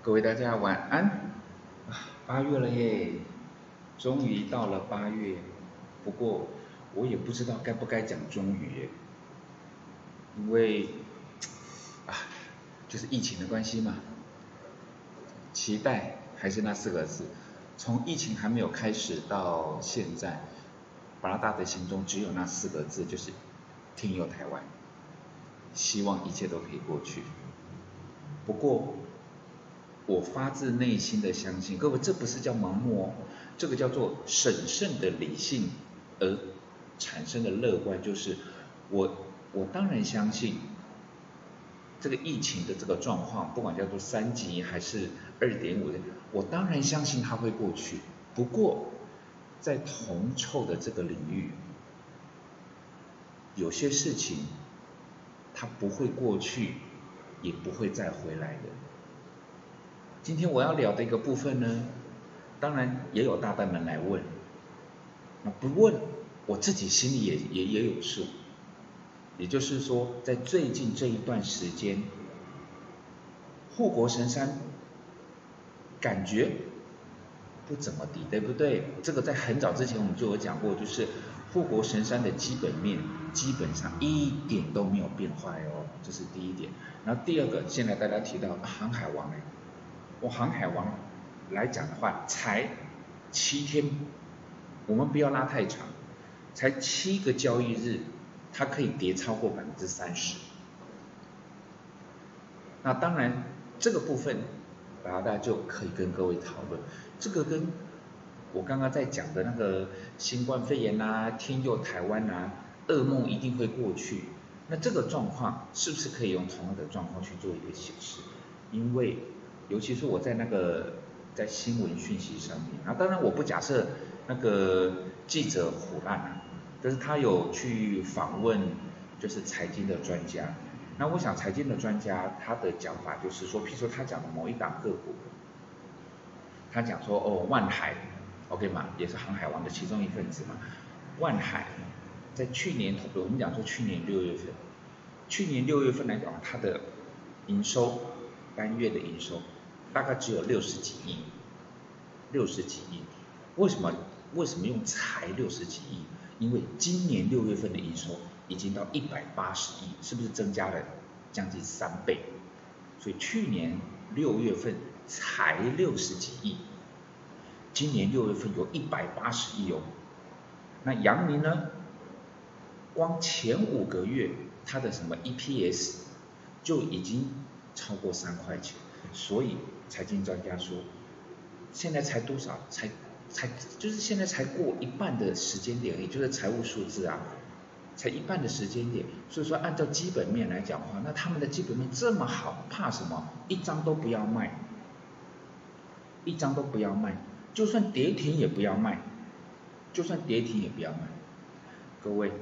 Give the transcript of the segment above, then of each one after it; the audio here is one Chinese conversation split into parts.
各位大家晚安8月了耶，终于到了8月。不过我也不知道该不该讲终于耶，因为啊，就是疫情的关系嘛。期待还是那4个字，从疫情还没有开始到现在，巴拉达的心中只有那4个字，就是天佑台湾，希望一切都可以过去。不过我发自内心的相信，各位，这不是叫盲目哦，这个叫做审慎的理性而产生的乐观，就是我当然相信这个疫情的这个状况，不管叫做3级还是2.5的，我当然相信它会过去。不过在铜臭的这个领域，有些事情它不会过去，也不会再回来的。今天我要聊的一个部分呢，当然也有大大们来问，那不问我自己心里也有数。也就是说，在最近这一段时间，护国神山感觉不怎么地，对不对？这个在很早之前我们就有讲过，就是护国神山的基本面基本上一点都没有变坏哦，这是第一点。然后第二个，现在大家提到航海王航海王来讲的话，才7天，我们不要拉太长，才7个交易日，它可以跌超过30%。那当然，这个部分，大家就可以跟各位讨论。这个跟我刚刚在讲的那个新冠肺炎啊、天佑台湾啊、噩梦一定会过去。那这个状况是不是可以用同样的状况去做一个显示？因为尤其是我在在新闻讯息上面，然后当然我不假设那个记者唬烂啊，但是他有去访问就是财经的专家。那我想财经的专家他的讲法就是说，譬如说他讲的某一档个股，他讲说万海 ，OK 嘛，也是航海王的其中一份子嘛。万海在去年，我们讲说去年6月份，去年6月份来讲，它的营收单月的营收大概只有60几亿，60几亿。为什么用才60几亿？因为今年6月份的营收已经到180亿，是不是增加了将近3倍？所以去年6月份才60几亿，今年6月份有180亿哦。那阳明呢？光前5个月它的什么 EPS 就已经超过3块钱，所以财经专家说，现在才多少？就是现在才过一半的时间点而已，就是财务数字啊，才一半的时间点。所以说按照基本面来讲的话，那他们的基本面这么好，怕什么？一张都不要卖，一张都不要卖，就算跌停也不要卖，就算跌停也不要卖。各位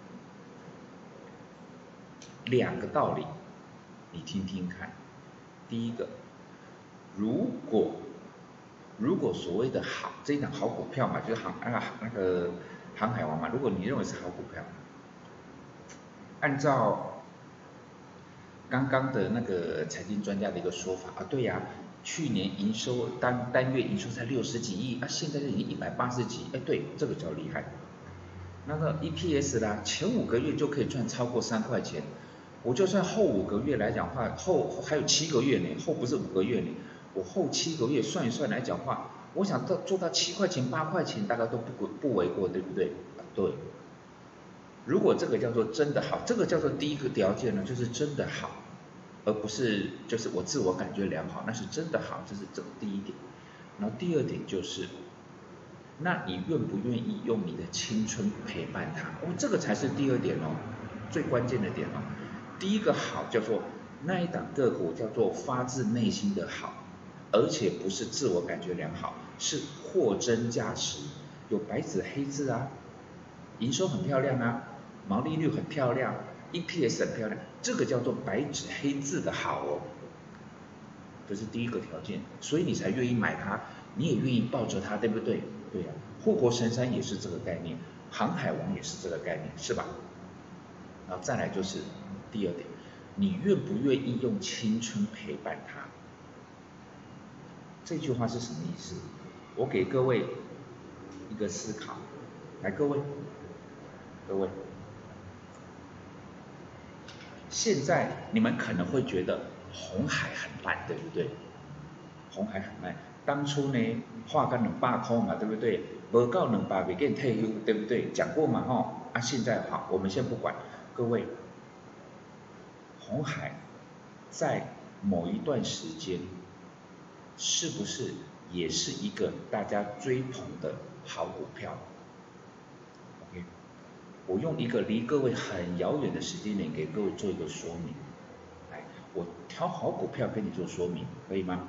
，2个道理，你听听看。第一个，如果所谓的好这一档好股票嘛，就是那个航海王嘛，如果你认为是好股票，按照刚刚的那个财经专家的一个说法啊，对呀，去年营收单月营收才60几亿啊，现在就已经180几，哎，对，这个叫厉害。那个 EPS 啦，前5个月就可以赚超过3块钱，我就算后5个月来讲话，后还有7个月呢，后不是5个月呢，我后7个月算一算来讲话，我想做到7块钱8块钱，大概都不为过，对不对？对。如果这个叫做真的好，这个叫做第一个条件呢，就是真的好，而不是就是我自我感觉良好，那是真的好，这是第一点。然后第二点就是，那你愿不愿意用你的青春陪伴他？这个才是第二点哦，最关键的点哦。第一个好叫做那一档个股叫做发自内心的好，而且不是自我感觉良好，是货真价实，有白纸黑字啊，营收很漂亮啊，毛利率很漂亮 ，EPS 很漂亮，这个叫做白纸黑字的好哦。这是第一个条件，所以你才愿意买它，你也愿意抱着它，对不对？对呀，护国神山也是这个概念，航海王也是这个概念，是吧？然后再来就是第二点，你愿不愿意用青春陪伴它？ 这句话是什么意思？我给各位一个思考，来各位，现在你们可能会觉得鸿海很烂，对不对？鸿海很烂，当初呢画个200块嘛，对不对？没到200没给你退休，对不对？讲过嘛吼，啊现在好，我们先不管，各位，鸿海在某一段时间是不是也是一个大家追捧的好股票 ？OK， 我用一个离各位很遥远的时间点给各位做一个说明。来，我挑好股票跟你做说明，可以吗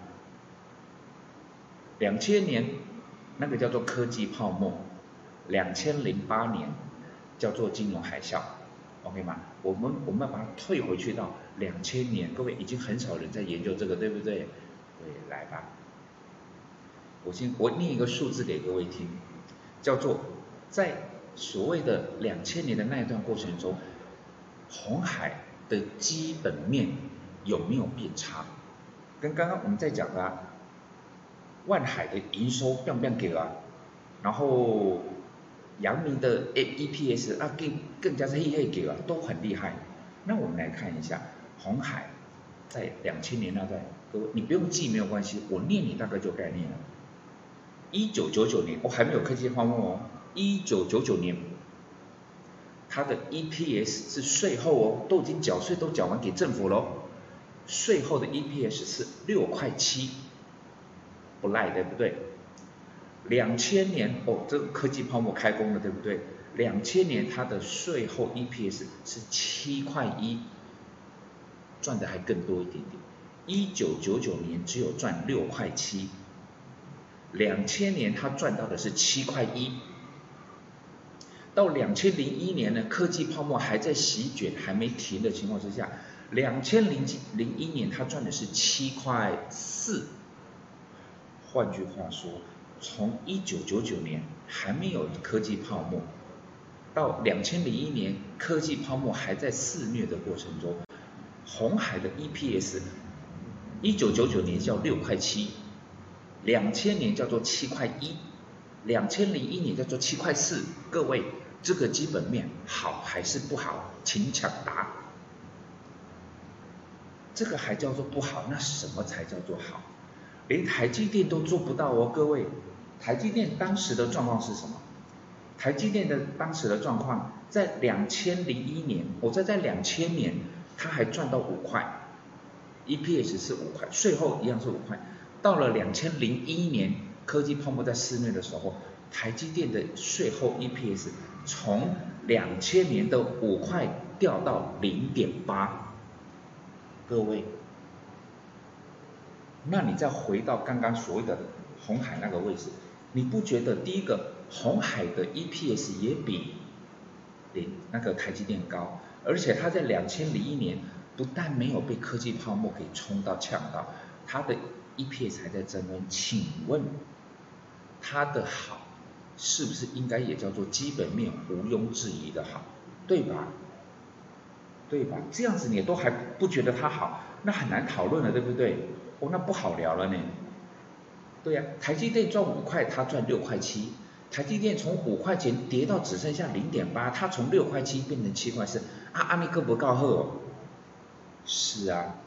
？2000年那个叫做科技泡沫，2008年叫做金融海啸 ，OK 吗？我们把它退回去到2000年，各位已经很少人在研究这个，对不对？对，来吧，我念一个数字给各位听，叫做在所谓的2000年的那一段过程中，鸿海的基本面有没有变差？跟刚刚我们在讲的万海的营收变不变给啊，然后阳明的 EPS 啊更加是黑给啊，都很厉害。那我们来看一下鸿海在2000年那段，各位你不用记没有关系，我念你大概就概念了。1999年，还没有科技泡沫哦。1999年，它的 EPS 是税后哦，都已经缴税都缴完给政府喽，税后的 EPS 是6.7块，不赖对不对？2000年哦，这个科技泡沫开工了对不对？2000年它的税后 EPS 是7.1块，赚的还更多一点点。1999年只有赚6.7块。2000年他赚到的是7.1块，到2001年呢，科技泡沫还在席卷还没停的情况之下，2001年他赚的是7.4块。换句话说，从1999年还没有科技泡沫，到2001年科技泡沫还在肆虐的过程中，鸿海的 EPS 1999年叫6.7块，2000年叫做7.1块，2001年叫做7.4块。各位，这个基本面好还是不好？请抢答。这个还叫做不好，那什么才叫做好？连台积电都做不到哦，各位。台积电当时的状况是什么？台积电的当时的状况，在2001年，在2000年，它还赚到5块 ，EPS 是5块，税后一样是5块。到了2001年，科技泡沫在肆虐的时候，台积电的税后 EPS 从2000年的5块掉到0.8，各位，那你再回到刚刚所谓的鸿海那个位置，你不觉得第一个鸿海的 EPS 也比那个台积电高，而且它在2001年不但没有被科技泡沫给冲到呛到，它的 EPS 还在增温，请问它的好是不是应该也叫做基本面毋庸置疑的好，对吧？对吧？这样子你都还不觉得它好，那很难讨论了，对不对？哦，那不好聊了呢。对呀，台积电赚5块，它赚6.7块。台积电从5块钱跌到只剩下0.8，它从6.7块变成7.4块，阿米哥不告贺哦。是啊，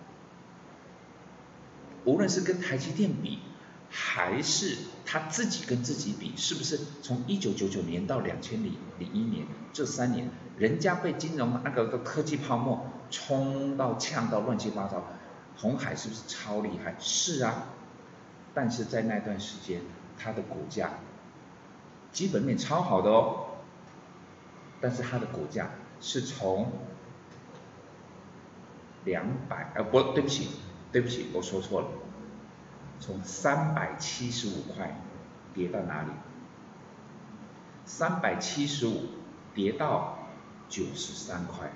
无论是跟台积电比，还是他自己跟自己比，是不是从1999年到2001年这3年，人家被金融那个科技泡沫冲到呛到乱七八糟，鸿海是不是超厉害？是啊，但是在那段时间，它的股价基本面超好的哦，但是它的股价是从对不起，我说错了，从375块跌到哪里？375跌到93块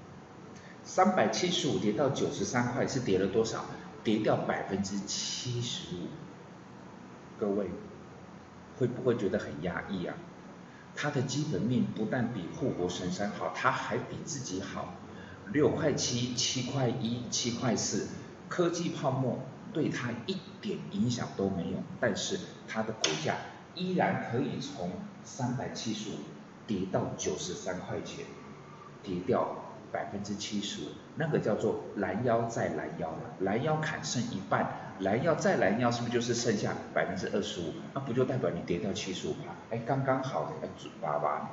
，375跌到93块是跌了多少？跌掉75%。各位会不会觉得很压抑啊？它的基本面不但比护国神山好，它还比自己好。6.7块、7.1块、7.4块，科技泡沫对它一点影响都没有，但是它的股价依然可以从375跌到93块钱，跌掉75%，那个叫做拦腰再拦腰了，拦腰砍剩一半，拦腰再拦腰是不是就是剩下25%？那不就代表你跌掉75%？哎，刚刚好的，要准爸爸。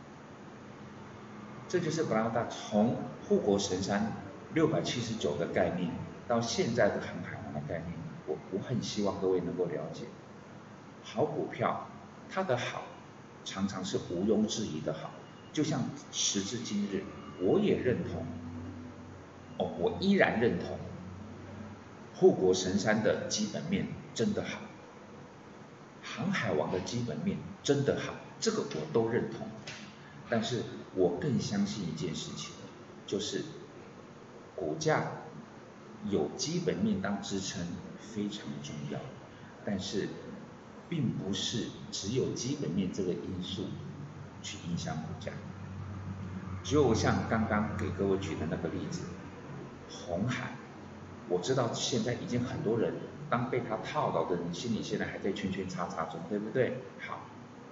这就是布拉达从护国神山679的概念到现在的航海王的概念，我很希望各位能够了解，好股票它的好常常是毋庸置疑的好，就像时至今日，我也认同，我依然认同护国神山的基本面真的好，航海王的基本面真的好，这个我都认同。但是我更相信一件事情，就是股价有基本面当支撑非常重要，但是并不是只有基本面这个因素去影响股价。就像刚刚给各位举的那个例子，鸿海，我知道现在已经很多人当被他套牢的人心里现在还在圈圈叉叉中，对不对？好。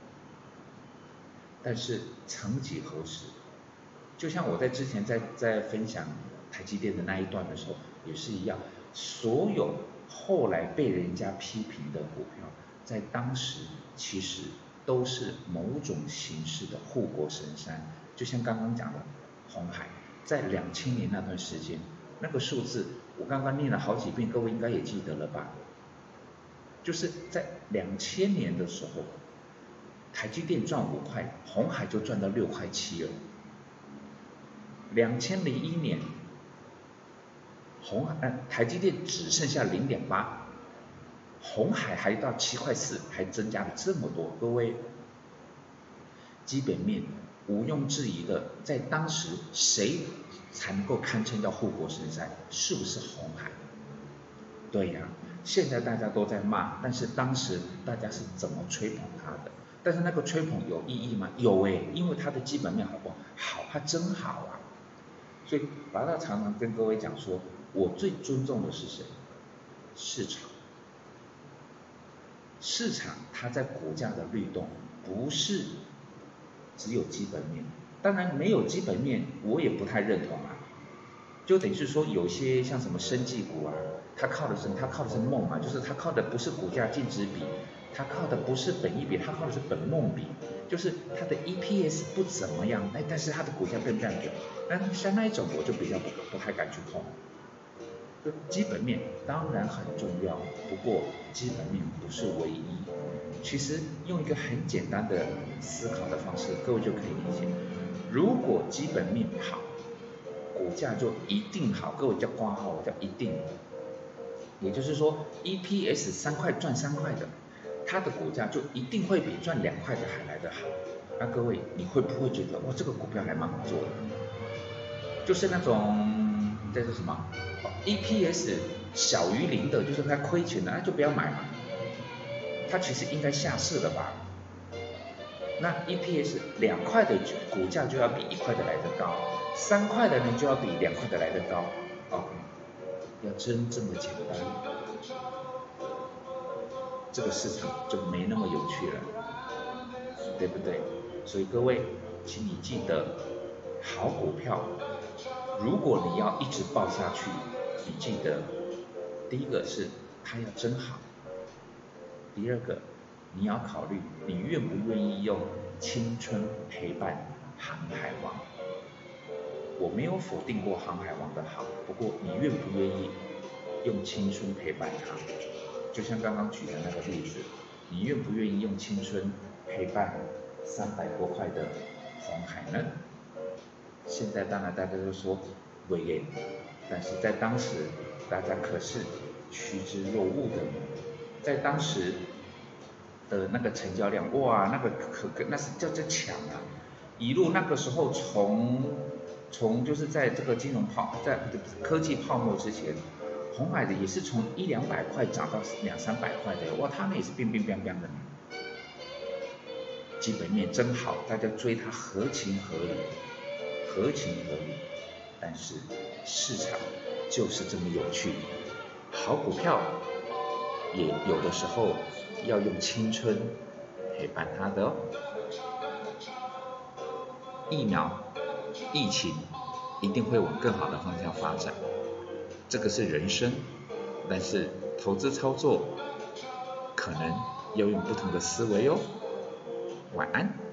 但是曾几何时，就像我在之前在分享台积电的那一段的时候，也是一样，所有后来被人家批评的股票，在当时其实都是某种形式的护国神山。就像刚刚讲的鸿海，在2000年那段时间，那个数字我刚刚念了好几遍，各位应该也记得了吧？就是在2000年的时候，台积电赚5块，鸿海就赚到6块7了。2001年，台积电只剩下0.8，鸿海还到7块4，还增加了这么多。各位，基本面毋庸置疑的，在当时谁才能够堪称叫护国神山？是不是鸿海？对呀，现在大家都在骂，但是当时大家是怎么吹捧它的？但是那个吹捧有意义吗？有因为它的基本面好不好？好，它真好啊。所以巴大常常跟各位讲说，我最尊重的是谁？市场。市场它在股价的律动，不是只有基本面。当然没有基本面，我也不太认同啊。就等于是说，有些像什么生技股啊，它靠的是梦嘛，就是它靠的不是股价净值比，它靠的不是本益比，它靠的是本梦比，就是它的 EPS 不怎么样，但是它的股价更亮眼。那像那一种我就比较不太敢去碰。就基本面当然很重要，不过基本面不是唯一。其实用一个很简单的思考的方式，各位就可以理解，如果基本面好，股价就一定好，各位叫括号，我叫一定。也就是说 ，EPS 3块赚3块的，它的股价就一定会比赚2块的还来得好。那各位，你会不会觉得哇，这个股票还蛮好做的？就是那种叫做什么，EPS 小于0的，就是它亏钱的，那就不要买嘛。它其实应该下市了吧？那 EPS 2块的股价就要比1块的来得高，3块的呢就要比2块的来得高。OK， 要真这么简单，这个市场就没那么有趣了，对不对？所以各位，请你记得，好股票，如果你要一直抱下去，你记得，第一个是它要真好，第二个你要考虑你愿不愿意用青春陪伴航海王。我没有否定过航海王的好，不过你愿不愿意用青春陪伴它？就像刚刚举的那个例子，你愿不愿意用青春陪伴300多块的鸿海呢？现在当然大家都说不愿意，但是在当时大家可是趋之若鹜的，在当时的那个成交量，哇，那个那是叫做强啊！一路那个时候从就是在这个在科技泡沫之前，鸿海的也是从100-200块涨到200-300块的，哇，他们也是变的。基本面真好，大家追它合情合理。但是市场就是这么有趣， 好股票也有的时候要用青春陪伴它的哦。疫苗、疫情一定会往更好的方向发展，这个是人生，但是投资操作可能要用不同的思维哦。晚安。